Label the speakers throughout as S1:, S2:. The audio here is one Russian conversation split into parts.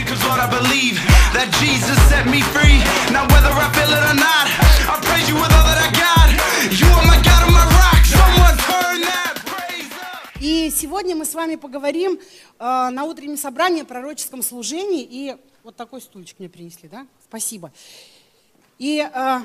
S1: 'cause Lord, I believe that Jesus set me free. Now whether I feel it or not, I praise you with all that I got. You are my God and my rock. Someone turn that praise up.
S2: И сегодня мы с вами поговорим на утреннем собрании о пророческом служении. И вот такой стульчик мне принесли, да? Спасибо. И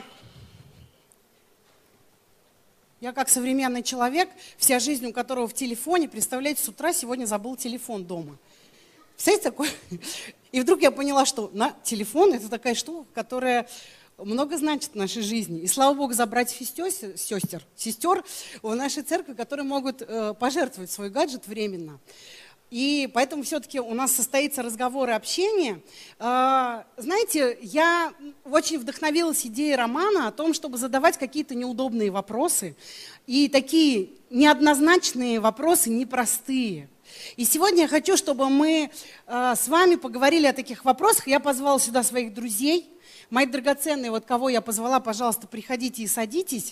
S2: я как современный человек, вся жизнь у которого в телефоне, представляете, с утра сегодня забыл телефон дома. Представляете, такое? И вдруг я поняла, что телефон – это такая штука, которая много значит в нашей жизни. И слава Богу за братьев и сестер в нашей церкви, которые могут пожертвовать свой гаджет временно. И поэтому все-таки у нас состоится разговор и общение. Знаете, я очень вдохновилась идеей Романа о том, чтобы задавать какие-то неудобные вопросы. И такие неоднозначные вопросы, непростые. И сегодня я хочу, чтобы мы с вами поговорили о таких вопросах. Я позвала сюда своих друзей. Мои драгоценные, вот кого я позвала, пожалуйста, приходите и садитесь.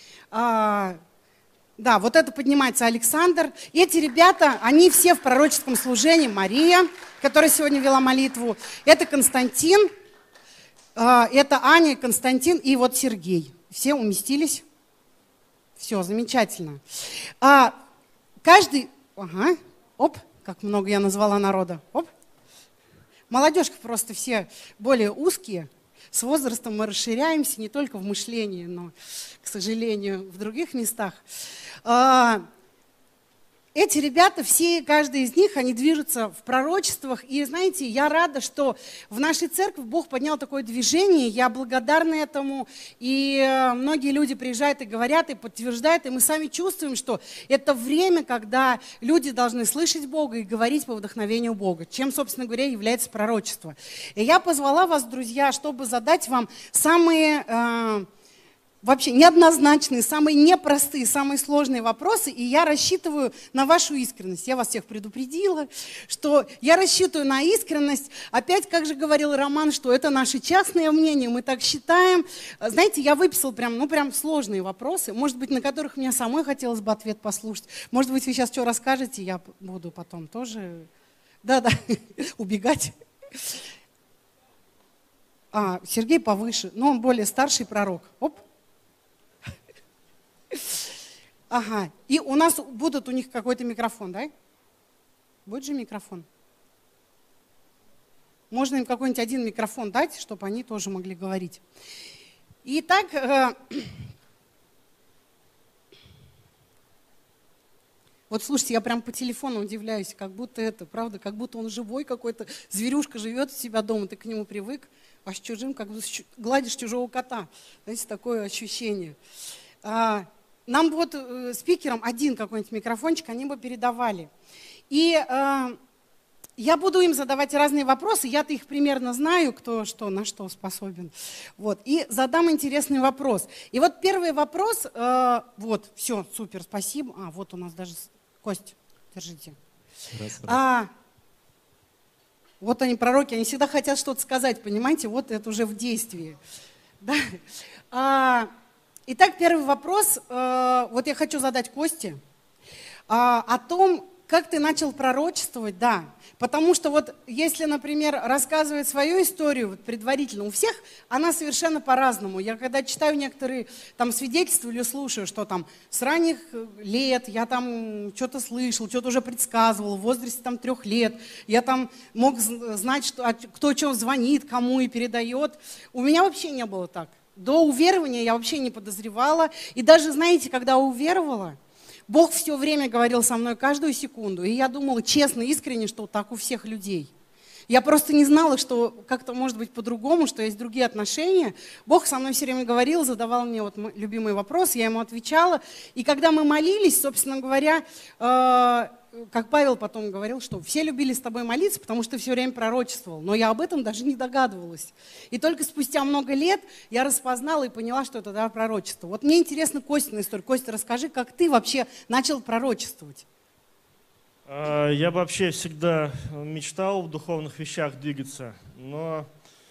S2: Да, вот это поднимается Александр. Эти ребята, они все в пророческом служении. Мария, которая сегодня вела молитву. Это Константин, это Аня, Константин и вот Сергей. Все уместились? Все, замечательно. Каждый... Ага, оп, как много я назвала народа. Оп. Молодежка просто все более узкие. С возрастом мы расширяемся не только в мышлении, но, к сожалению, в других местах. Эти ребята, все, каждый из них, они движутся в пророчествах. И знаете, я рада, что в нашей церкви Бог поднял такое движение. Я благодарна этому. И многие люди приезжают и говорят, и подтверждают. И мы сами чувствуем, что это время, когда люди должны слышать Бога и говорить по вдохновению Бога. Чем, собственно говоря, является пророчество. И я позвала вас, друзья, чтобы задать вам самые... вообще неоднозначные, самые непростые, самые сложные вопросы, и я рассчитываю на вашу искренность. Я вас всех предупредила, что я рассчитываю на искренность. Опять, как же говорил Роман, что это наше частное мнение, мы так считаем. Знаете, я выписала прям сложные вопросы, может быть, на которых мне самой хотелось бы ответ послушать. Может быть, вы сейчас что расскажете, я буду потом тоже, убегать. Сергей повыше, но он более старший пророк. Оп. Ага, и у нас у них какой-то микрофон, да? Будет же микрофон? Можно им какой-нибудь один микрофон дать, чтобы они тоже могли говорить. Итак, вот слушайте, я прям по телефону удивляюсь, как будто это, правда, как будто он живой какой-то, зверюшка живет у себя дома, ты к нему привык, а с чужим, как будто гладишь чужого кота. Знаете, такое ощущение. Нам вот спикерам один какой-нибудь микрофончик, они бы передавали. И я буду им задавать разные вопросы, я-то их примерно знаю, кто что, на что способен. Вот. И задам интересный вопрос. И вот первый вопрос, вот, все, супер, спасибо. Вот у нас даже Кость, держите. Вот они, пророки, они всегда хотят что-то сказать, понимаете, вот это уже в действии. Да? Итак, первый вопрос, вот я хочу задать Косте, о том, как ты начал пророчествовать, да. Потому что вот если, например, рассказывать свою историю вот, предварительно, у всех она совершенно по-разному. Я когда читаю некоторые там свидетельства или слушаю, что там с ранних лет я там что-то слышал, что-то уже предсказывал, в возрасте там 3 лет, я там мог знать, что, кто что звонит, кому и передает. У меня вообще не было так. До уверования я вообще не подозревала. И даже, знаете, когда уверовала, Бог все время говорил со мной каждую секунду. И я думала честно, искренне, что так у всех людей. Я просто не знала, что как-то может быть по-другому, что есть другие отношения. Бог со мной все время говорил, задавал мне вот любимый вопрос, я ему отвечала. И когда мы молились, собственно говоря, как Павел потом говорил, что все любили с тобой молиться, потому что ты все время пророчествовал. Но я об этом даже не догадывалась. И только спустя много лет я распознала и поняла, что это пророчество. Вот мне интересна Костина история. Костя, расскажи, как ты вообще начал пророчествовать?
S3: Я вообще всегда мечтал в духовных вещах двигаться, но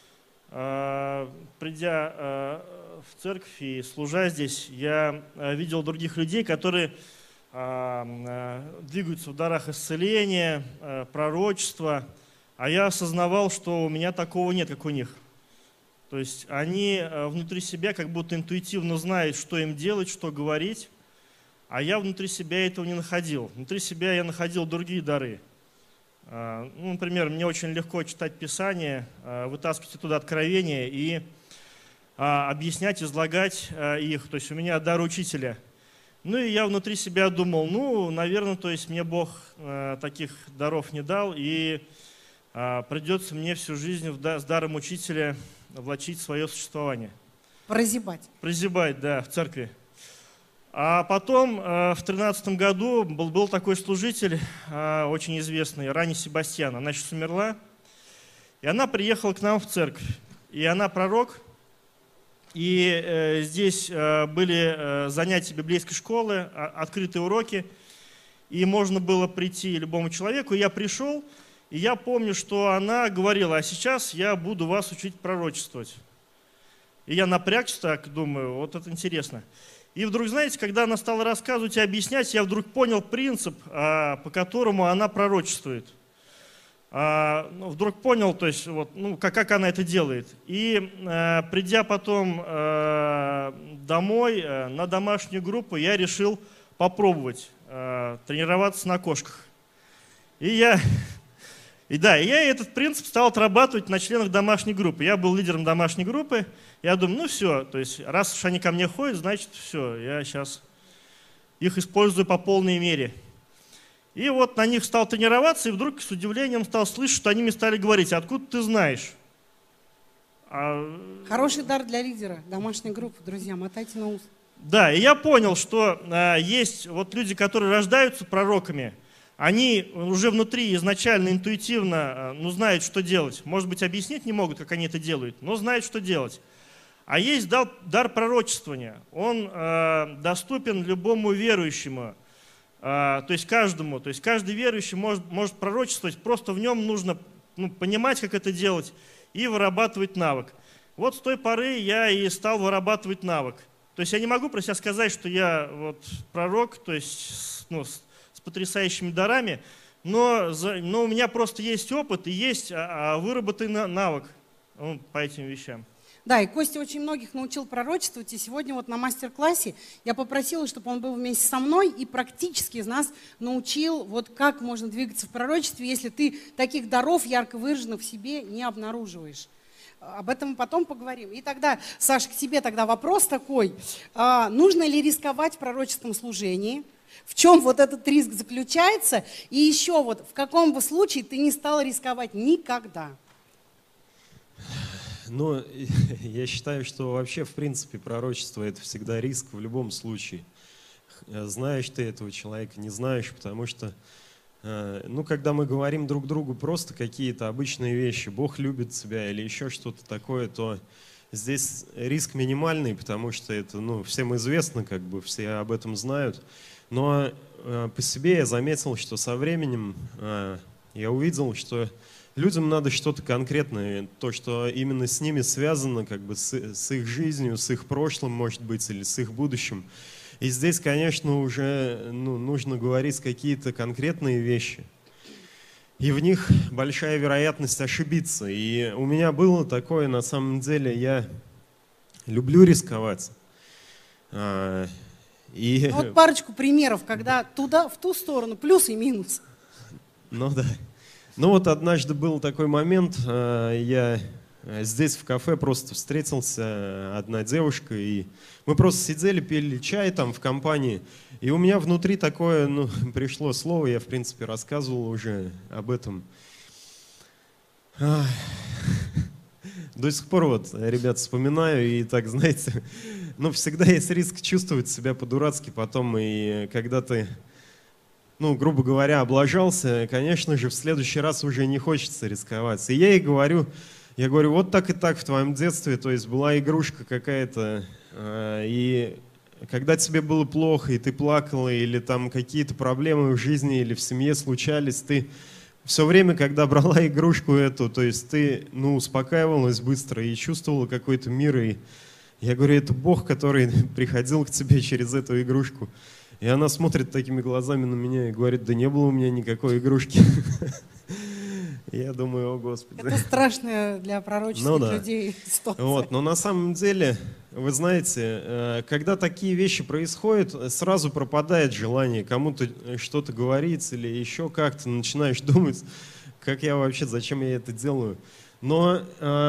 S3: придя в церковь и служа здесь, я видел других людей, которые двигаются в дарах исцеления, пророчества, а я осознавал, что у меня такого нет, как у них. То есть они внутри себя как будто интуитивно знают, что им делать, что говорить, а я внутри себя этого не находил. Внутри себя я находил другие дары. Ну, например, мне очень легко читать Писание, вытаскивать оттуда откровения и объяснять, излагать их. То есть у меня дар учителя. Ну и я внутри себя думал, ну, наверное, то есть мне Бог таких даров не дал, и придется мне всю жизнь с даром учителя влачить свое существование.
S2: Прозябать.
S3: Прозябать, да, в церкви. А потом в 2013 году был такой служитель, очень известный, Рани Себастьян. Она сейчас умерла. И она приехала к нам в церковь. И она пророк. И здесь были занятия библейской школы, открытые уроки. И можно было прийти любому человеку. И я пришел, и я помню, что она говорила, а сейчас я буду вас учить пророчествовать. И я напрягся так, думаю, вот это интересно. И вдруг, знаете, когда она стала рассказывать и объяснять, я вдруг понял принцип, по которому она пророчествует. Вдруг понял, то есть, вот, ну, как она это делает. И придя потом домой на домашнюю группу, я решил попробовать тренироваться на кошках. И я этот принцип стал отрабатывать на членах домашней группы. Я был лидером домашней группы. Я думаю, ну все, то есть раз уж они ко мне ходят, значит все, я сейчас их использую по полной мере. И вот на них стал тренироваться, и вдруг с удивлением стал слышать, что они мне стали говорить, откуда ты знаешь?
S2: Хороший дар для лидера домашней группы, друзья, мотайте на ус.
S3: Да, и я понял, что есть вот люди, которые рождаются пророками, они уже внутри изначально интуитивно знают, что делать. Может быть, объяснить не могут, как они это делают, но знают, что делать. А есть дар пророчествования. Он доступен любому верующему, то есть каждому. То есть каждый верующий может пророчествовать, просто в нем нужно понимать, как это делать, и вырабатывать навык. Вот с той поры я и стал вырабатывать навык. То есть я не могу про себя сказать, что я вот пророк, то есть с потрясающими дарами, но у меня просто есть опыт и есть выработанный навык по этим вещам.
S2: Да, и Костя очень многих научил пророчествовать, и сегодня вот на мастер-классе я попросила, чтобы он был вместе со мной и практически из нас научил, вот как можно двигаться в пророчестве, если ты таких даров ярко выраженных в себе не обнаруживаешь. Об этом мы потом поговорим. И тогда, Саша, к тебе тогда вопрос такой. Нужно ли рисковать в пророческом служении? В чем вот этот риск заключается? И еще вот в каком бы случае ты не стал рисковать никогда?
S4: Ну, я считаю, что вообще, в принципе, пророчество – это всегда риск в любом случае. Знаешь ты этого человека, не знаешь, потому что, когда мы говорим друг другу просто какие-то обычные вещи, Бог любит тебя или еще что-то такое, то здесь риск минимальный, потому что это, всем известно, как бы все об этом знают. Но по себе я заметил, что со временем я увидел, что людям надо что-то конкретное, то, что именно с ними связано, как бы с их жизнью, с их прошлым, может быть, или с их будущим. И здесь, конечно, уже нужно говорить какие-то конкретные вещи. И в них большая вероятность ошибиться. И у меня было такое, на самом деле, я люблю рисковать.
S2: Вот парочку примеров, когда туда, в ту сторону, плюс и минус.
S4: Ну да. Ну вот однажды был такой момент, я здесь в кафе просто встретился, одна девушка, и мы просто сидели, пили чай там в компании, и у меня внутри такое, пришло слово, я в принципе рассказывал уже об этом. До сих пор вот, ребят, вспоминаю, и так, знаете, всегда есть риск чувствовать себя по-дурацки потом, и когда ты, грубо говоря, облажался, конечно же, в следующий раз уже не хочется рисковать. И я ей говорю, вот так и так в твоем детстве, то есть была игрушка какая-то, и когда тебе было плохо, и ты плакала, или там какие-то проблемы в жизни или в семье случались, ты все время, когда брала игрушку эту, то есть ты, успокаивалась быстро и чувствовала какой-то мир. И я говорю, это Бог, который приходил к тебе через эту игрушку. И она смотрит такими глазами на меня и говорит, да не было у меня никакой игрушки. Я думаю, о Господи.
S2: Это страшная для пророческих людей ситуация.
S4: Вот, но на самом деле, вы знаете, когда такие вещи происходят, сразу пропадает желание кому-то что-то говорить или еще как-то. Начинаешь думать, как я вообще, зачем я это делаю. Но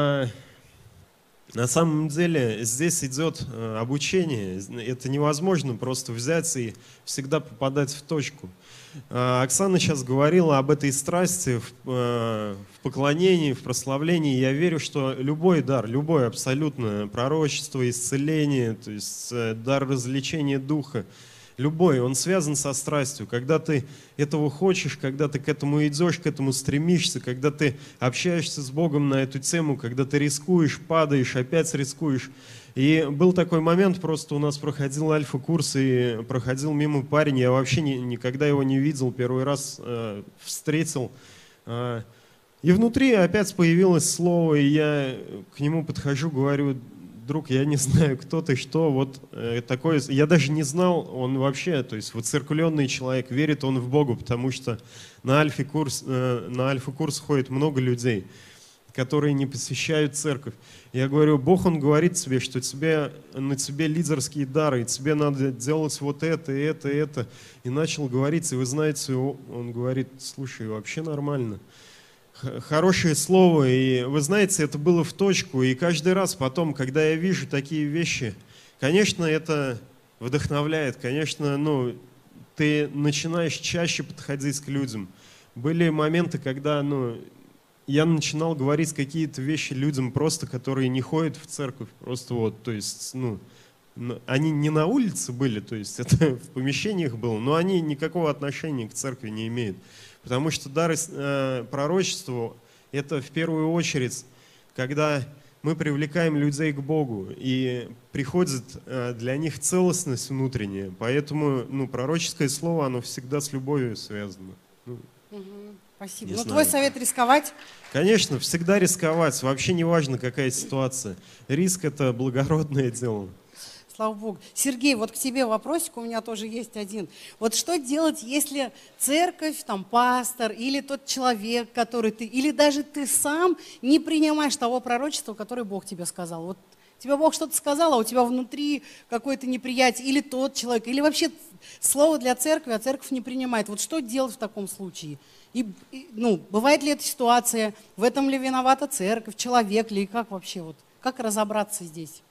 S4: на самом деле здесь идет обучение. Это невозможно просто взять и всегда попадать в точку. Оксана сейчас говорила об этой страсти в поклонении, в прославлении. Я верю, что любой дар, любое абсолютно пророчество, исцеление, то есть дар развлечения духа, любой, он связан со страстью. Когда ты этого хочешь, когда ты к этому идешь, к этому стремишься, когда ты общаешься с Богом на эту тему, когда ты рискуешь, падаешь, опять рискуешь. И был такой момент, просто у нас проходил альфа-курс, и проходил мимо парень, я вообще никогда его не видел, первый раз встретил. И внутри опять появилось слово, и я к нему подхожу, говорю: друг, я не знаю, кто ты, что, вот такое. Я даже не знал, он вообще, то есть воцерквленный человек, верит он в Бога, потому что на альфа-курс ходит много людей, которые не посещают церковь. Я говорю: Бог, Он говорит тебе, что на тебе лидерские дары, и тебе надо делать вот это, и это, и это. И начал говорить, и вы знаете, он говорит: слушай, вообще нормально. Хорошее слово, и вы знаете, это было в точку, и каждый раз потом, когда я вижу такие вещи, конечно, это вдохновляет, конечно, ты начинаешь чаще подходить к людям. Были моменты, когда, я начинал говорить какие-то вещи людям просто, которые не ходят в церковь, просто вот, то есть, они не на улице были, то есть это в помещениях было, но они никакого отношения к церкви не имеют. Потому что дар пророчеству – это в первую очередь, когда мы привлекаем людей к Богу, и приходит для них целостность внутренняя. Поэтому пророческое слово, оно всегда с любовью связано.
S2: Спасибо. Твой совет — рисковать?
S4: Конечно, всегда рисковать. Вообще не важно, какая ситуация. Риск – это благородное дело.
S2: Слава Богу. Сергей, вот к тебе вопросик у меня тоже есть один. Вот что делать, если церковь, пастор или тот человек, который ты, или даже ты сам не принимаешь того пророчества, которое Бог тебе сказал? Вот тебе Бог что-то сказал, а у тебя внутри какое-то неприятие, или тот человек, или вообще слово для церкви, а церковь не принимает. Вот что делать в таком случае? Бывает ли эта ситуация, в этом ли виновата церковь, человек ли, и как вообще, как разобраться здесь?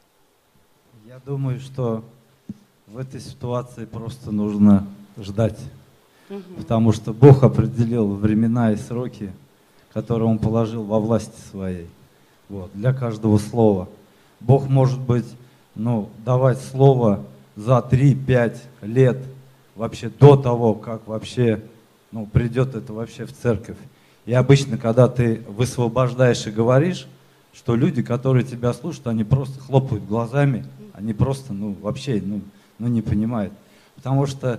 S5: Я думаю, что в этой ситуации просто нужно ждать, потому что Бог определил времена и сроки, которые Он положил во власти Своей, для каждого слова. Бог может быть, давать слово за 3-5 лет, вообще до того, как вообще придет это вообще в церковь. И обычно, когда ты высвобождаешь и говоришь, что люди, которые тебя слушают, они просто хлопают глазами, они просто, вообще, не понимают. Потому что,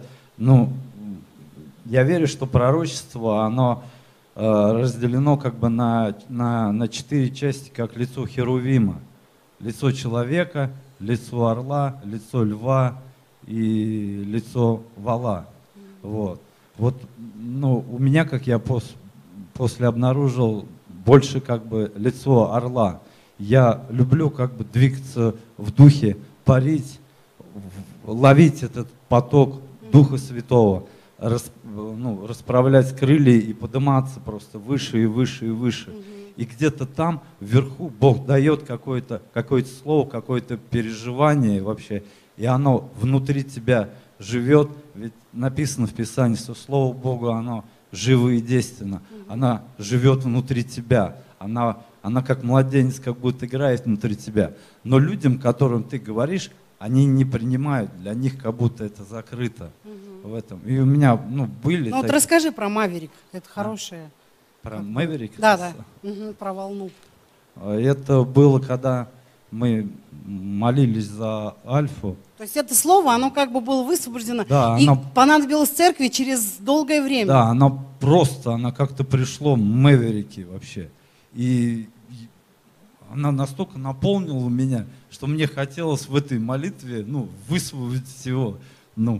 S5: я верю, что пророчество, оно разделено на 4 части, как лицо Херувима. Лицо человека, лицо орла, лицо льва и лицо вала. У меня, как я после обнаружил, больше лицо орла. Я люблю двигаться в духе, парить, ловить этот поток Духа Святого, расправлять крылья и подниматься просто выше и выше и выше. И где-то там, вверху, Бог дает какое-то слово, какое-то переживание вообще, и оно внутри тебя живет. Ведь написано в Писании, что Слово Бога, оно живо и действенно. Оно живет внутри тебя. Она как младенец, как будто играет внутри тебя. Но людям, которым ты говоришь, они не принимают. Для них как будто это закрыто в этом. И у меня были...
S2: расскажи про Маверик. Это хорошее.
S5: Про Маверик?
S2: Да. Про волну.
S5: Это было, когда мы молились за Альфу.
S2: То есть это слово, оно было высвобождено,
S5: да,
S2: и понадобилось церкви через долгое время.
S5: Да, оно как-то пришло, Мэверики вообще. И она настолько наполнила меня, что мне хотелось в этой молитве, высвободить его.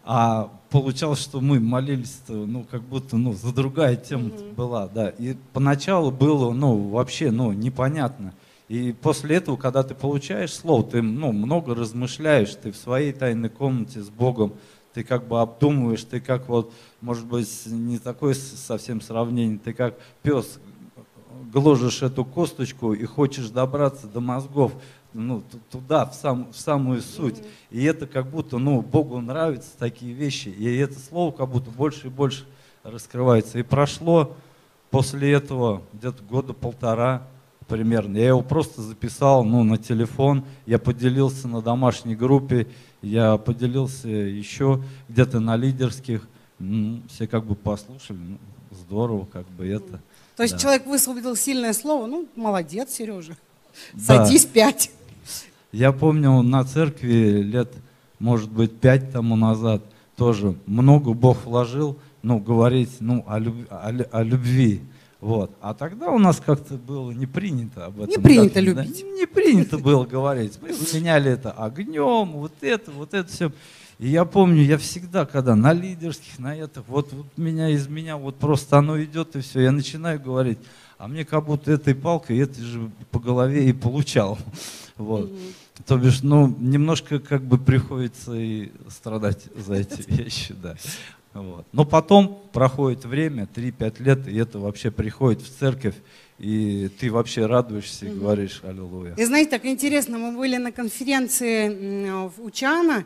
S5: А получалось, что мы молились, ну, как будто, ну, за другая тема была, да. И поначалу было, ну, вообще, ну, непонятно. И после этого, когда ты получаешь слово, ты, ну, много размышляешь, ты в своей тайной комнате с Богом, ты как бы обдумываешь, ты как вот, может быть, не такое совсем сравнение, ты как пес гложешь эту косточку и хочешь добраться до мозгов, ну, туда, в самую суть. И это как будто, ну, Богу нравятся такие вещи. И это слово как будто больше и больше раскрывается. И прошло после этого где-то года полтора примерно. Я его просто записал, ну, на телефон. Я поделился на домашней группе. Я поделился еще где-то на лидерских. Все как бы послушали. Ну, здорово, как бы это.
S2: То есть
S5: да.
S2: человек высвободил сильное слово. Ну, молодец, Сережа.
S5: Да.
S2: Садись 5.
S5: Я помню, на церкви лет, может быть, 5 тому назад тоже много Бог вложил, ну, говорить, ну, о любви. Вот. А тогда у нас как-то было не принято об этом.
S2: Не принято любить.
S5: Да, не принято было говорить. Мы заменяли это огнем, вот это все. И я помню, я всегда, когда на лидерских, на это, вот из меня вот просто оно идет и все, я начинаю говорить, а мне как будто этой палкой, это же по голове и получал. Вот. То бишь, ну, немножко как бы приходится и страдать за эти вещи, да. Вот. Но потом проходит время, 3-5 лет, и это вообще приходит в церковь, и ты вообще радуешься и говоришь аллилуйя.
S2: И знаете, так интересно, мы были на конференции у Чана,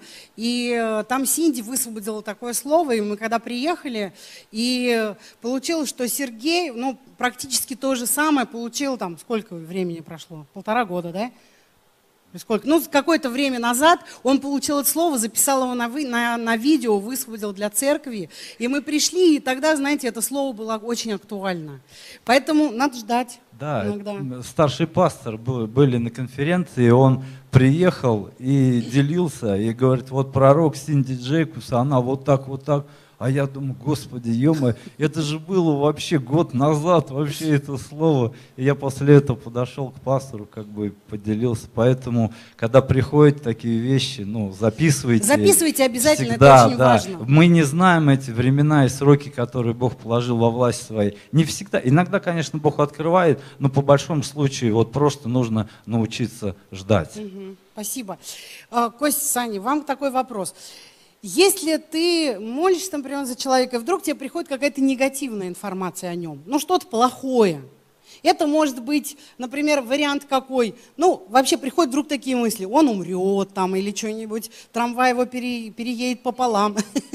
S2: и там Синди высвободила такое слово, и мы когда приехали, и получилось, что Сергей, ну, практически то же самое получил, там, сколько времени прошло? 1,5 года, да? Сколько? Ну, какое-то время назад он получил это слово, записал его на видео, высвободил для церкви. И мы пришли, и тогда, знаете, это слово было очень актуально. Поэтому надо ждать.
S5: Да,
S2: иногда.
S5: Старший пастор были на конференции, он приехал и делился, и говорит, вот пророк Синди Джейкобс, она вот так. А я думаю, Господи, ё-моё, это же было вообще год назад, вообще это слово. И я после этого подошел к пастору, как бы поделился. Поэтому, когда приходят такие вещи, ну, записывайте.
S2: Записывайте обязательно,
S5: всегда,
S2: это очень важно.
S5: Мы не знаем эти времена и сроки, которые Бог положил во власть своей. Не всегда. Иногда, конечно, Бог открывает, но по большому случаю вот просто нужно научиться ждать.
S2: Спасибо. Костя, Саня, вам такой вопрос. Если ты молишься, например, за человека, и вдруг тебе приходит какая-то негативная информация о нем, ну что-то плохое, это может быть, например, вариант какой, ну вообще приходят вдруг такие мысли, он умрет там или что-нибудь, трамвай его переедет пополам.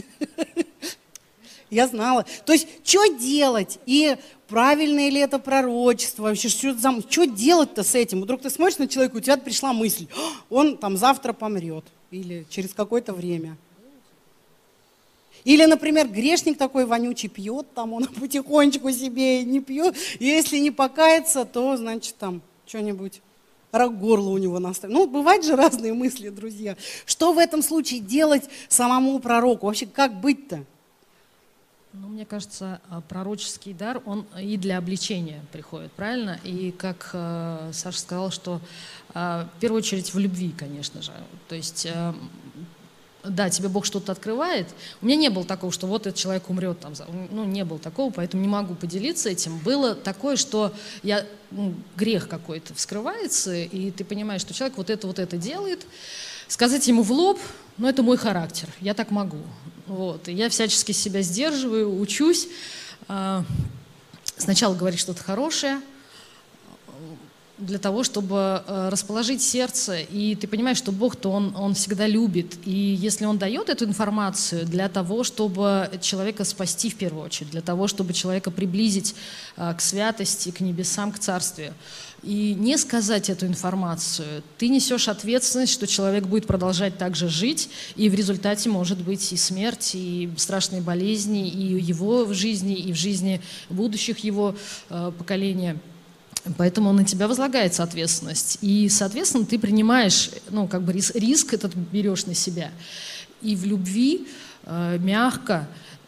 S2: Я знала. То есть, что делать? И правильное ли это пророчество? Вообще, что делать-то с этим? Вдруг ты смотришь на человека, у тебя пришла мысль, он там завтра помрет или через какое-то время. Или, например, грешник такой вонючий пьет, там он потихонечку себе не пьет. И если не покаяться, то, значит, там что-нибудь, рак горла у него наставит. Ну, бывают же разные мысли, друзья. Что в этом случае делать самому пророку? Вообще, как быть-то?
S6: Ну, мне кажется, пророческий дар, он и для обличения приходит, правильно? И как Саша сказал, что в первую очередь в любви, конечно же. То есть... Да, тебе Бог что-то открывает. У меня не было такого, что вот этот человек умрет там. Ну, не было такого, поэтому не могу поделиться этим. Было такое, что грех какой-то вскрывается, и ты понимаешь, что человек вот это делает. Сказать ему в лоб, ну, это мой характер, я так могу. Вот. И я всячески себя сдерживаю, учусь. Сначала говорить что-то хорошее, для того, чтобы расположить сердце, и ты понимаешь, что Бог-то Он всегда любит, и если Он дает эту информацию для того, чтобы человека спасти в первую очередь, для того, чтобы человека приблизить к святости, к небесам, к царствию, и не сказать эту информацию, ты несешь ответственность, что человек будет продолжать так же жить, и в результате может быть и смерть, и страшные болезни, и его в жизни, и в жизни будущих его поколения. Поэтому на тебя возлагается ответственность. И, соответственно, ты принимаешь, ну, как бы риск этот берешь на себя. И в любви, мягко,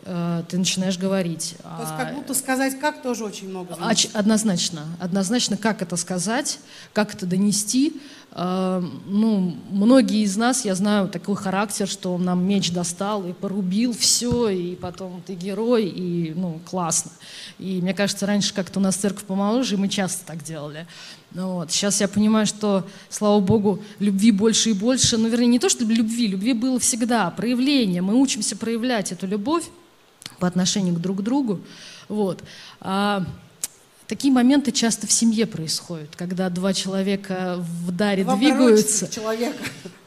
S6: ты начинаешь говорить.
S2: То есть как будто сказать «как» тоже очень много значит.
S6: Однозначно. Однозначно, как это сказать, как это донести. Ну, многие из нас, я знаю, такой характер, что он нам меч достал и порубил все, и потом ты герой, и, ну, классно. И мне кажется, раньше как-то у нас церковь помоложе, и мы часто так делали. Ну, вот. Сейчас я понимаю, что, слава Богу, любви больше и больше. Ну, вернее, не то, что любви было всегда, проявление. Мы учимся проявлять эту любовь по отношению друг к другу. Вот. Такие моменты часто в семье происходят, когда два человека в даре двигаются.
S2: Человека.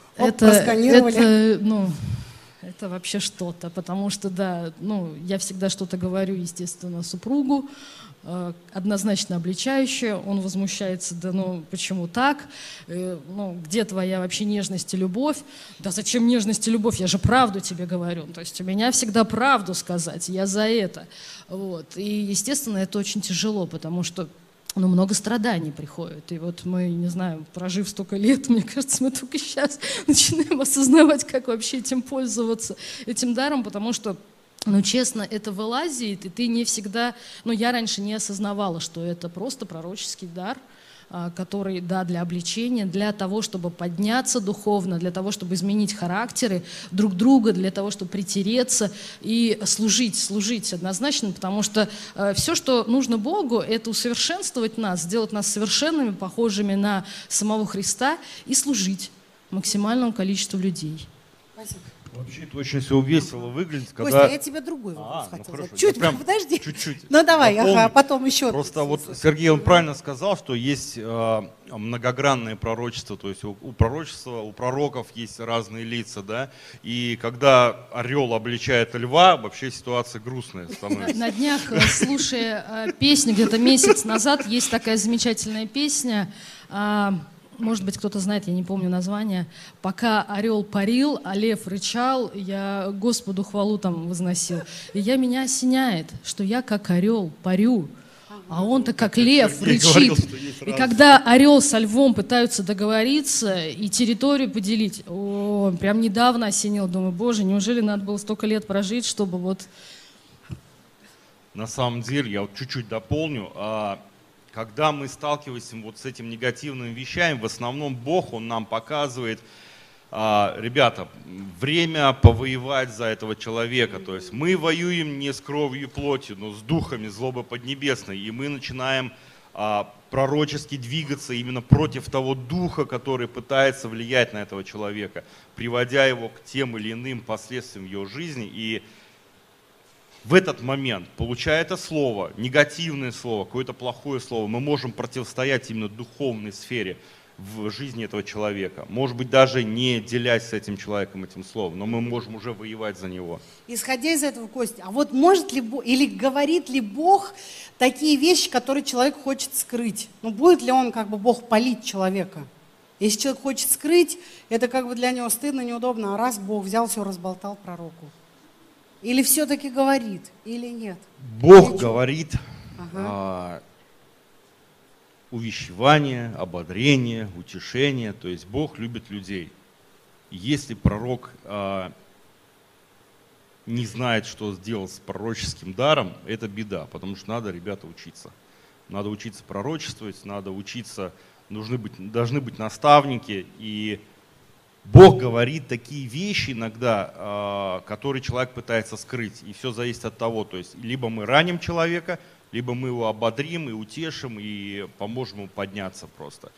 S6: Это вообще что-то, потому что, да, ну, я всегда что-то говорю, естественно, супругу, однозначно обличающее, он возмущается, да ну почему так, ну где твоя вообще нежность и любовь, да зачем нежность и любовь, я же правду тебе говорю, то есть у меня всегда правду сказать, я за это, вот, и естественно это очень тяжело, потому что ну, много страданий приходит. И вот мы, не знаю, прожив столько лет, мне кажется, мы только сейчас начинаем осознавать, как вообще этим пользоваться, этим даром, потому что, ну, честно, это вылазит, и ты не всегда... Ну, я раньше не осознавала, что это просто пророческий дар, который, да, для обличения, для того, чтобы подняться духовно, для того, чтобы изменить характеры друг друга, для того, чтобы притереться и служить однозначно, потому что все, что нужно Богу, это усовершенствовать нас, сделать нас совершенными, похожими на самого Христа и служить максимальному количеству людей.
S2: Спасибо.
S7: Вообще это очень все весело выглядит, когда...
S2: Костя, я тебе другой вопрос хотел задать. Чуть,
S7: прям
S2: подожди.
S7: Чуть-чуть.
S2: Ну давай, ага, потом еще.
S7: Просто вот Сергей, он правильно сказал, что есть многогранное пророчество, то есть у пророчества, у пророков есть разные лица, да, и когда орел обличает льва, вообще ситуация грустная становится.
S6: На днях, слушая песню, где-то месяц назад, есть такая замечательная песня, может быть, кто-то знает, я не помню название. «Пока орел парил, а лев рычал, я Господу хвалу там возносил». И меня осеняет, что я как орел парю, а он-то как лев рычит. И когда орел со львом пытаются договориться и территорию поделить, прям недавно осенил, думаю, боже, неужели надо было столько лет прожить, чтобы вот...
S7: На самом деле, я вот чуть-чуть дополню. Когда мы сталкиваемся вот с этими негативными вещами, в основном Бог, Он нам показывает, ребята, время повоевать за этого человека. То есть мы воюем не с кровью и плотью, но с духами злобы поднебесной. И мы начинаем пророчески двигаться именно против того духа, который пытается влиять на этого человека, приводя его к тем или иным последствиям в его жизни. И в этот момент, получая это слово, негативное слово, какое-то плохое слово, мы можем противостоять именно духовной сфере в жизни этого человека. Может быть, даже не делясь с этим человеком этим словом, но мы можем уже воевать за него.
S2: Исходя из этого, Костя, а вот может ли или говорит ли Бог такие вещи, которые человек хочет скрыть? Ну, будет ли он, как бы, Бог палить человека? Если человек хочет скрыть, это как бы для него стыдно, неудобно, а раз Бог взял, все разболтал пророку. Или все-таки говорит, или нет?
S7: Бог говорит увещевание, ободрение, утешение. То есть Бог любит людей. И если пророк не знает, что сделать с пророческим даром, это беда, потому что надо, ребята, учиться. Надо учиться пророчествовать, надо учиться, должны быть наставники. И Бог говорит такие вещи иногда, которые человек пытается скрыть. И все зависит от того, то есть либо мы раним человека, либо мы его ободрим и утешим, и поможем ему подняться просто.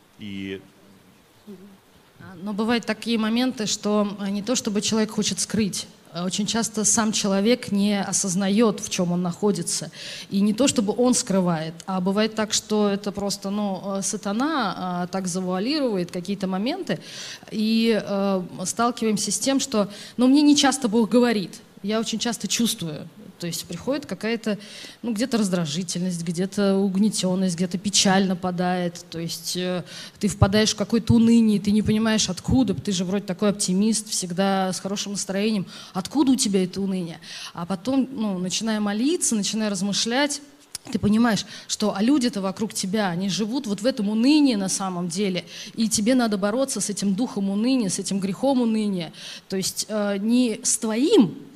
S6: Но бывают такие моменты, что не то чтобы человек хочет скрыть, очень часто сам человек не осознает, в чем он находится. И не то, чтобы он скрывает, а бывает так, что это просто сатана так завуалирует какие-то моменты. И сталкиваемся с тем, что мне не часто Бог говорит, я очень часто чувствую. То есть приходит какая-то, где-то раздражительность, где-то угнетенность, где-то печаль нападает. То есть ты впадаешь в какое-то уныние, ты не понимаешь, откуда. Ты же вроде такой оптимист, всегда с хорошим настроением. Откуда у тебя это уныние? А потом, начиная молиться, начиная размышлять, ты понимаешь, что люди-то вокруг тебя, они живут вот в этом унынии на самом деле, и тебе надо бороться с этим духом уныния, с этим грехом уныния. То есть не с твоим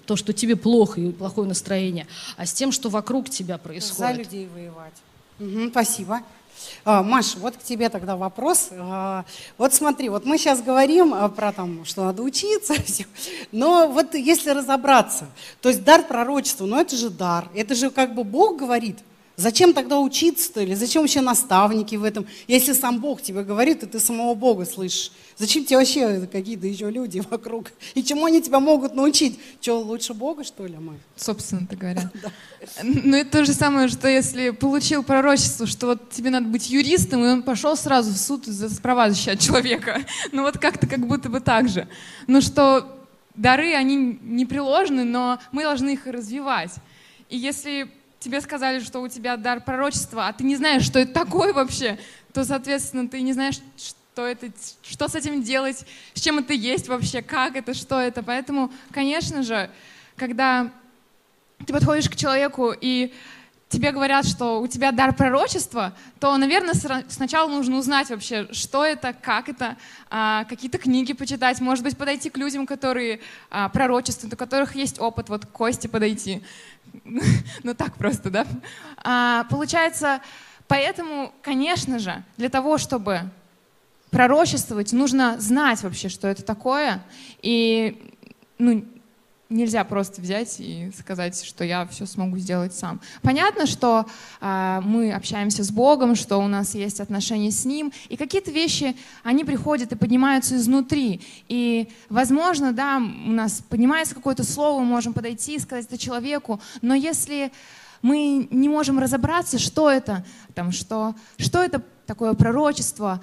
S6: то, что тебе плохо и плохое настроение, а с тем, что вокруг тебя происходит.
S2: За людей воевать. Спасибо. Маш, вот к тебе тогда вопрос. Вот смотри, вот мы сейчас говорим про там, что надо учиться, все. Но вот если разобраться, то есть дар пророчества, ну это же дар, это же как бы Бог говорит. Зачем тогда учиться-то, или зачем вообще наставники в этом? Если сам Бог тебе говорит, и ты самого Бога слышишь, зачем тебе вообще какие-то еще люди вокруг? И чему они тебя могут научить? Что, лучше Бога, что ли, мы?
S8: Собственно говоря. Ну, это то же самое, что если получил пророчество, что вот тебе надо быть юристом, и он пошел сразу в суд за права защищать человека. Ну, вот как-то как будто бы так же. Ну, что дары, они непреложны, но мы должны их развивать. И если тебе сказали, что у тебя дар пророчества, а ты не знаешь, что это такое вообще, то, соответственно, ты не знаешь, что это, что с этим делать, с чем это есть вообще, как это, что это. Поэтому, конечно же, когда ты подходишь к человеку и тебе говорят, что у тебя дар пророчества, то, наверное, сначала нужно узнать вообще, что это, как это, какие-то книги почитать, может быть, подойти к людям, которые пророчествуют, у которых есть опыт, вот к Косте подойти. Ну так просто, да? Получается, поэтому, конечно же, для того, чтобы пророчествовать, нужно знать вообще, что это такое, и нельзя просто взять и сказать, что я все смогу сделать сам. Понятно, что мы общаемся с Богом, что у нас есть отношения с Ним, и какие-то вещи, они приходят и поднимаются изнутри. И, возможно, да, у нас поднимается какое-то слово, мы можем подойти и сказать это человеку, но если мы не можем разобраться, что это, что это такое пророчество,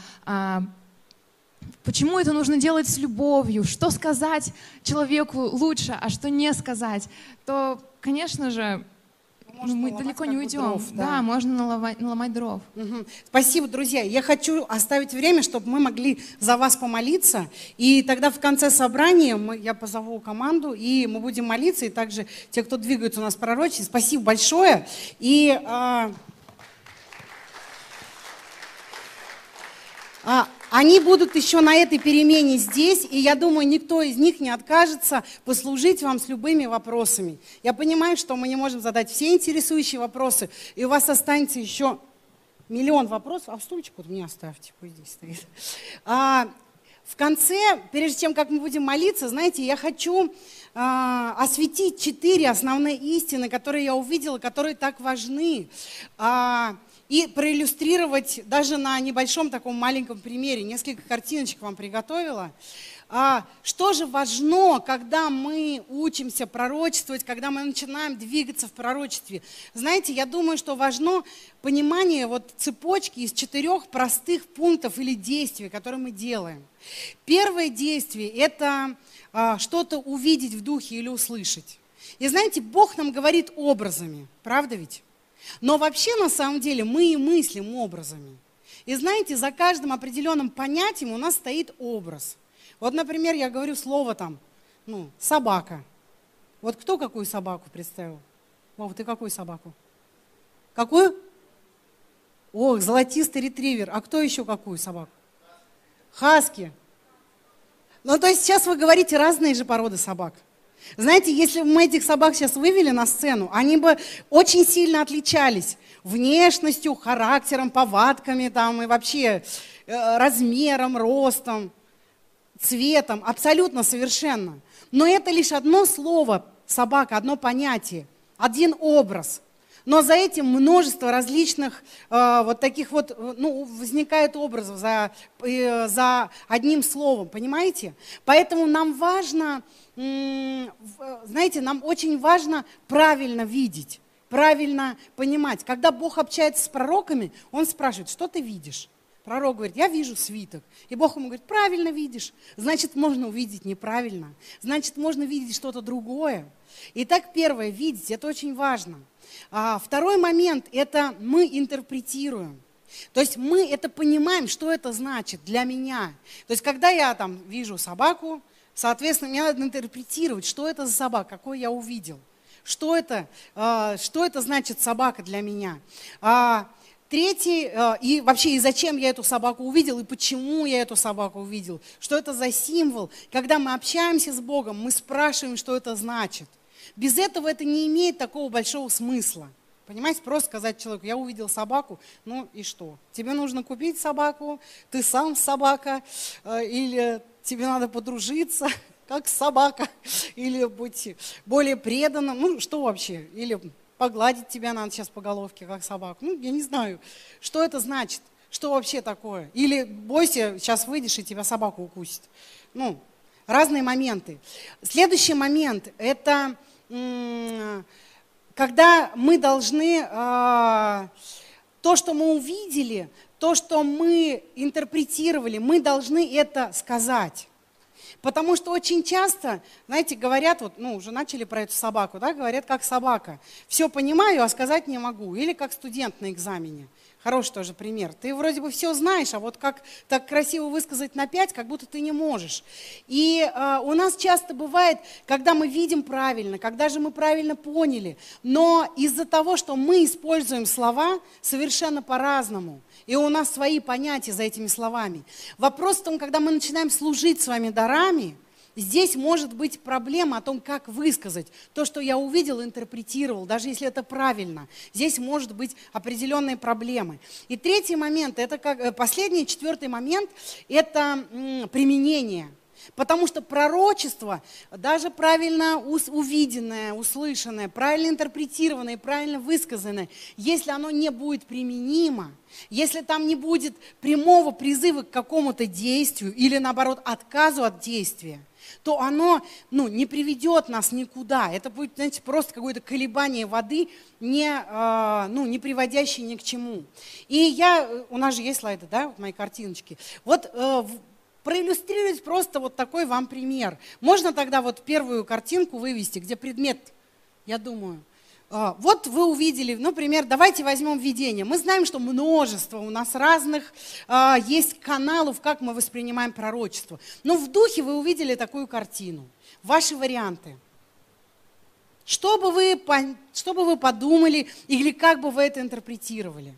S8: почему это нужно делать с любовью, что сказать человеку лучше, а что не сказать, то, конечно же, мы далеко не уйдем. Дров, да, можно наломать дров.
S2: Спасибо, друзья. Я хочу оставить время, чтобы мы могли за вас помолиться. И тогда в конце собрания я позову команду, и мы будем молиться. И также те, кто двигается у нас в пророчестве, спасибо большое. И они будут еще на этой перемене здесь, и я думаю, никто из них не откажется послужить вам с любыми вопросами. Я понимаю, что мы не можем задать все интересующие вопросы, и у вас останется еще миллион вопросов. А стульчик вот мне оставьте, пусть здесь стоит. В конце, прежде чем как мы будем молиться, знаете, я хочу осветить 4 основные истины, которые я увидела, которые так важны. И проиллюстрировать даже на небольшом таком маленьком примере. Несколько картиночек вам приготовила. Что же важно, когда мы учимся пророчествовать, когда мы начинаем двигаться в пророчестве? Знаете, я думаю, что важно понимание вот цепочки из 4 простых пунктов или действий, которые мы делаем. Первое действие – это что-то увидеть в духе или услышать. И знаете, Бог нам говорит образами, правда ведь? Но вообще, на самом деле, мы и мыслим образами. И знаете, за каждым определенным понятием у нас стоит образ. Вот, например, я говорю слово собака. Вот кто какую собаку представил? Вова, ты какую собаку? Какую? Ох, золотистый ретривер. А кто еще какую собаку? Хаски. Ну, то есть сейчас вы говорите разные же породы собак. Знаете, если бы мы этих собак сейчас вывели на сцену, они бы очень сильно отличались внешностью, характером, повадками и вообще размером, ростом, цветом, абсолютно совершенно. Но это лишь одно слово собака, одно понятие, один образ. Но за этим множество различных возникает образов за одним словом, понимаете? Поэтому нам важно, знаете, нам очень важно правильно видеть, правильно понимать. Когда Бог общается с пророками, Он спрашивает, что ты видишь? Пророк говорит, я вижу свиток. И Бог ему говорит, правильно видишь. Значит, можно увидеть неправильно. Значит, можно видеть что-то другое. Итак, первое, видеть, это очень важно. Второй момент, это мы интерпретируем. То есть мы это понимаем, что это значит для меня. То есть когда я вижу собаку, соответственно, мне надо интерпретировать, что это за собака, какой я увидел. Что это значит собака для меня. Третий, и вообще, и зачем я эту собаку увидел, и почему я эту собаку увидел. Что это за символ. Когда мы общаемся с Богом, мы спрашиваем, что это значит. Без этого это не имеет такого большого смысла. Понимаете, просто сказать человеку: я увидел собаку, ну и что? Тебе нужно купить собаку, ты сам собака, или тебе надо подружиться, как собака, или быть более преданным, ну что вообще? Или погладить тебя надо сейчас по головке, как собаку. Ну, я не знаю, что это значит, что вообще такое. Или бойся, сейчас выйдешь, и тебя собака укусит. Ну, разные моменты. Следующий момент – это когда мы должны то, что мы увидели, то, что мы интерпретировали, мы должны это сказать. Потому что очень часто, знаете, говорят, вот, ну, уже начали про эту собаку, да, говорят, как собака. Все понимаю, а сказать не могу. Или как студент на экзамене. Хороший тоже пример. Ты вроде бы все знаешь, а вот как так красиво высказать на 5, как будто ты не можешь. И у нас часто бывает, когда мы видим правильно, когда же мы правильно поняли, но из-за того, что мы используем слова совершенно по-разному, и у нас свои понятия за этими словами. Вопрос в том, когда мы начинаем служить своими дарами, здесь может быть проблема о том, как высказать то, что я увидел, интерпретировал, даже если это правильно. Здесь может быть определенные проблемы. И третий момент, это как последний, четвертый момент, это применение. Потому что пророчество, даже правильно увиденное, услышанное, правильно интерпретированное, правильно высказанное, если оно не будет применимо, если там не будет прямого призыва к какому-то действию или, наоборот, отказу от действия, то оно не приведет нас никуда. Это будет, знаете, просто какое-то колебание воды, не приводящее ни к чему. И у нас же есть слайды, да, вот мои картиночки. Вот проиллюстрировать просто вот такой вам пример. Можно тогда вот первую картинку вывести, где предмет, я думаю. Вот вы увидели, например, давайте возьмем видение. Мы знаем, что множество у нас разных есть каналов, как мы воспринимаем пророчество. Но в духе вы увидели такую картину. Ваши варианты. Что бы вы подумали или как бы вы это интерпретировали?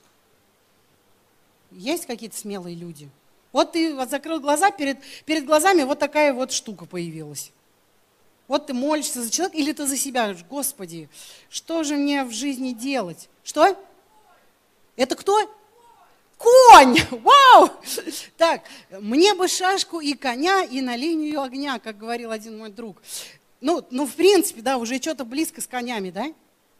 S2: Есть какие-то смелые люди? Вот ты закрыл глаза, перед глазами вот такая вот штука появилась. Вот ты молишься за человека, или ты за себя говоришь: Господи, что же мне в жизни делать? Что? Это кто? Конь! Вау! Так, мне бы шашку и коня, и на линию огня, как говорил один мой друг. Ну, в принципе, да, уже что-то близко с конями, да?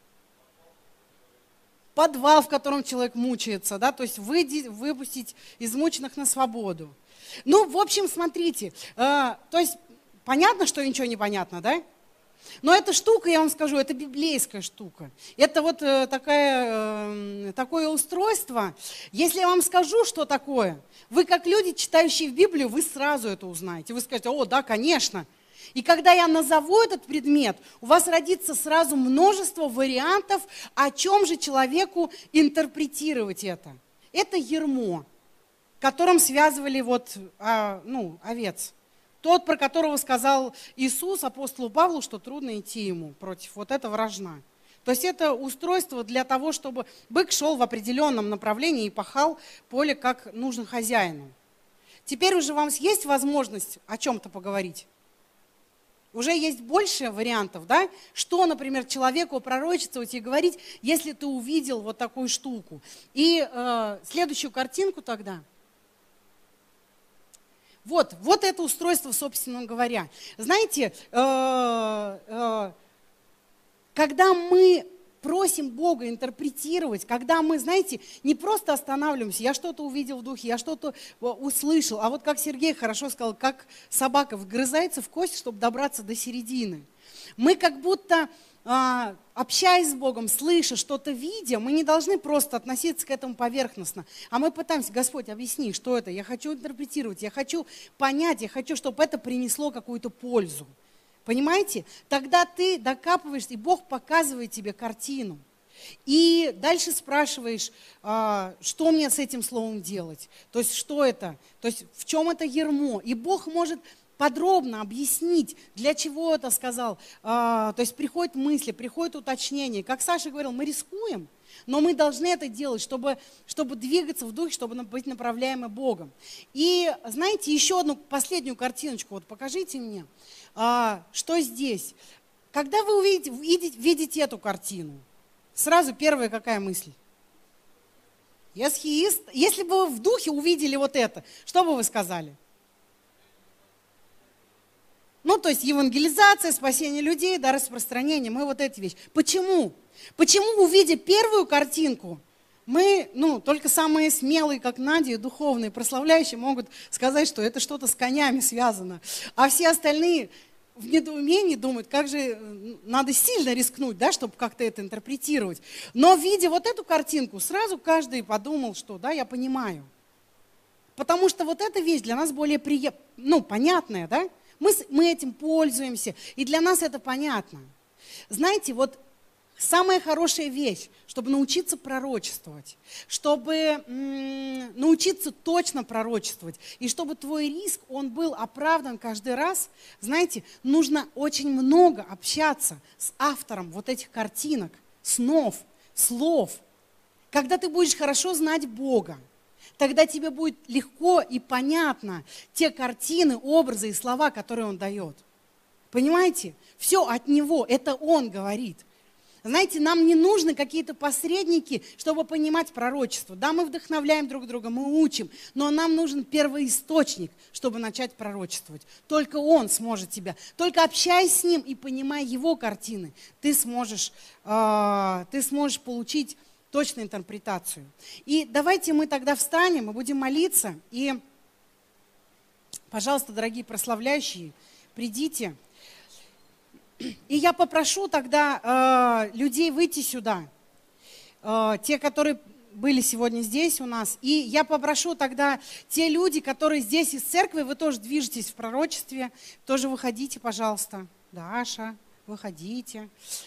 S2: Подвал, в котором человек мучается, да, то есть выпустить измученных на свободу. Ну, в общем, смотрите, то есть понятно, что ничего не понятно, да? Но эта штука, я вам скажу, это библейская штука. Это вот такое устройство. Если я вам скажу, что такое, вы как люди, читающие в Библию, вы сразу это узнаете. Вы скажете: о, да, конечно. И когда я назову этот предмет, у вас родится сразу множество вариантов, о чем же человеку интерпретировать это. Это ярмо, которым связывали овец. Тот, про которого сказал Иисус апостолу Павлу, что трудно идти ему против вот этого рожна. То есть это устройство для того, чтобы бык шел в определенном направлении и пахал поле как нужно хозяину. Теперь уже вам есть возможность о чем-то поговорить. Уже есть больше вариантов, да? Что, например, человеку пророчествовать и говорить, если ты увидел вот такую штуку. И следующую картинку тогда. Вот это устройство, собственно говоря. Знаете, когда мы просим Бога интерпретировать, когда мы, знаете, не просто останавливаемся, я что-то увидел в духе, я что-то услышал, а вот как Сергей хорошо сказал, как собака вгрызается в кость, чтобы добраться до середины. Мы как будто, общаясь с Богом, слыша, что-то видя, мы не должны просто относиться к этому поверхностно, а мы пытаемся: Господь, объясни, что это, я хочу интерпретировать, я хочу понять, я хочу, чтобы это принесло какую-то пользу. Понимаете? Тогда ты докапываешься, и Бог показывает тебе картину. И дальше спрашиваешь, что мне с этим словом делать? То есть что это? То есть в чем это ярмо? И Бог может подробно объяснить, для чего это сказал. То есть приходят мысли, приходят уточнения. Как Саша говорил, мы рискуем, но мы должны это делать, чтобы двигаться в духе, чтобы быть направляемы Богом. И знаете, еще одну последнюю картиночку, вот покажите мне. Что здесь? Когда вы видите эту картину, сразу первая какая мысль? Если бы вы в духе увидели вот это, что бы вы сказали? Ну, то есть евангелизация, спасение людей, да, распространение, мы вот эти вещи. Почему? Почему, увидя первую картинку, мы, только самые смелые, как Надя, духовные, прославляющие, могут сказать, что это что-то с конями связано, а все остальные в недоумении думают, как же надо сильно рискнуть, да, чтобы как-то это интерпретировать. Но видя вот эту картинку, сразу каждый подумал, что да, я понимаю. Потому что вот эта вещь для нас более понятная, да? Мы этим пользуемся, и для нас это понятно. Знаете, вот самая хорошая вещь, чтобы научиться пророчествовать, чтобы научиться точно пророчествовать, и чтобы твой риск, он был оправдан каждый раз, знаете, нужно очень много общаться с автором вот этих картинок, снов, слов. Когда ты будешь хорошо знать Бога, тогда тебе будет легко и понятно те картины, образы и слова, которые Он дает. Понимаете? Все от Него, это Он говорит. Знаете, нам не нужны какие-то посредники, чтобы понимать пророчество. Да, мы вдохновляем друг друга, мы учим, но нам нужен первоисточник, чтобы начать пророчествовать. Только Он сможет тебя. Только общаясь с Ним и понимая Его картины, ты сможешь получить точную интерпретацию. И давайте мы тогда встанем, мы будем молиться. И, пожалуйста, дорогие прославляющие, придите. И я попрошу тогда людей выйти сюда, те, которые были сегодня здесь у нас. И я попрошу тогда те люди, которые здесь из церкви, вы тоже движетесь в пророчестве, тоже выходите, пожалуйста. Даша, выходите.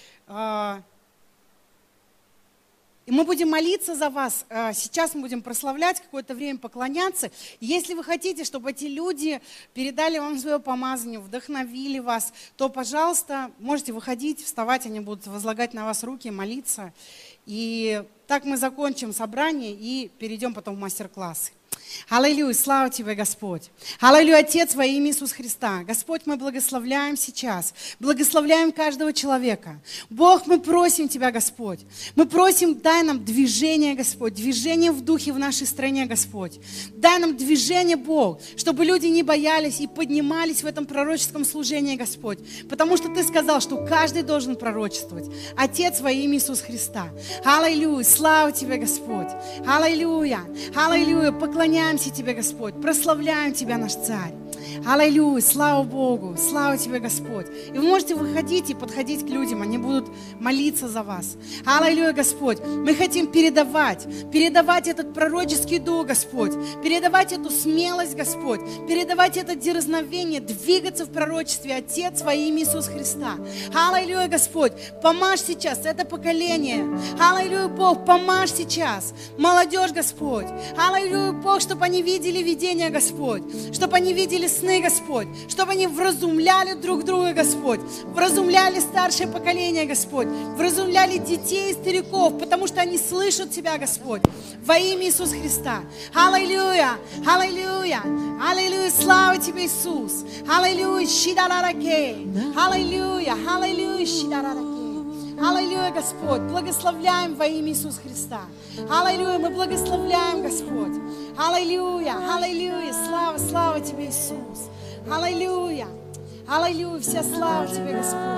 S2: И мы будем молиться за вас. Сейчас мы будем прославлять, какое-то время поклоняться. Если вы хотите, чтобы эти люди передали вам свое помазание, вдохновили вас, то, пожалуйста, можете выходить, вставать, они будут возлагать на вас руки, молиться. И так мы закончим собрание и перейдем потом в мастер-классы. Аллилуйя, слава Тебе, Господь. Аллилуйя, Отец, во имя Иисуса Христа. Господь, мы благословляем сейчас, благословляем каждого человека. Бог, мы просим Тебя, Господь. Мы просим, дай нам движение, Господь, движение в духе в нашей стране, Господь. Дай нам движение, Бог, чтобы люди не боялись и поднимались в этом пророческом служении, Господь. Потому что Ты сказал, что каждый должен пророчествовать. Отец, во имя Иисуса Христа. Аллилуйя, слава Тебе, Господь. Аллилуйя, аллилуйя, поклоняемся Тебе, Господь, прославляем Тебя, наш Царь. Аллилуйя, слава Богу, слава Тебе, Господь. И вы можете выходить и подходить к людям, они будут молиться за вас. Аллилуйя, Господь, мы хотим передавать этот пророческий дух, Господь, передавать эту смелость, Господь, передавать это дерзновение, двигаться в пророчестве, Отец, во имя Иисуса Христа. Аллилуйя, Господь, помажь сейчас это поколение. Аллилуйя, Бог, помажь сейчас молодежь, Господь. Аллилуйя, Бог, чтобы они видели видение, Господь, чтобы они видели сны, Господь, чтобы они вразумляли друг друга, Господь, вразумляли старшее поколение, Господь, вразумляли детей и стариков, потому что они слышат Тебя, Господь, во имя Иисуса Христа. Аллилуйя, аллилуйя, аллилуйя, слава Тебе, Иисус. Аллилуйя, шидарараке, аллилуйя, аллилуйя, шидарараке. Аллилуйя, Господь, благословляем во имя Иисуса Христа. Аллилуйя, мы благословляем, Господь. Аллилуйя, аллилуйя, слава, слава Тебе, Иисус. Аллилуйя, аллилуйя, вся слава Тебе, Господь.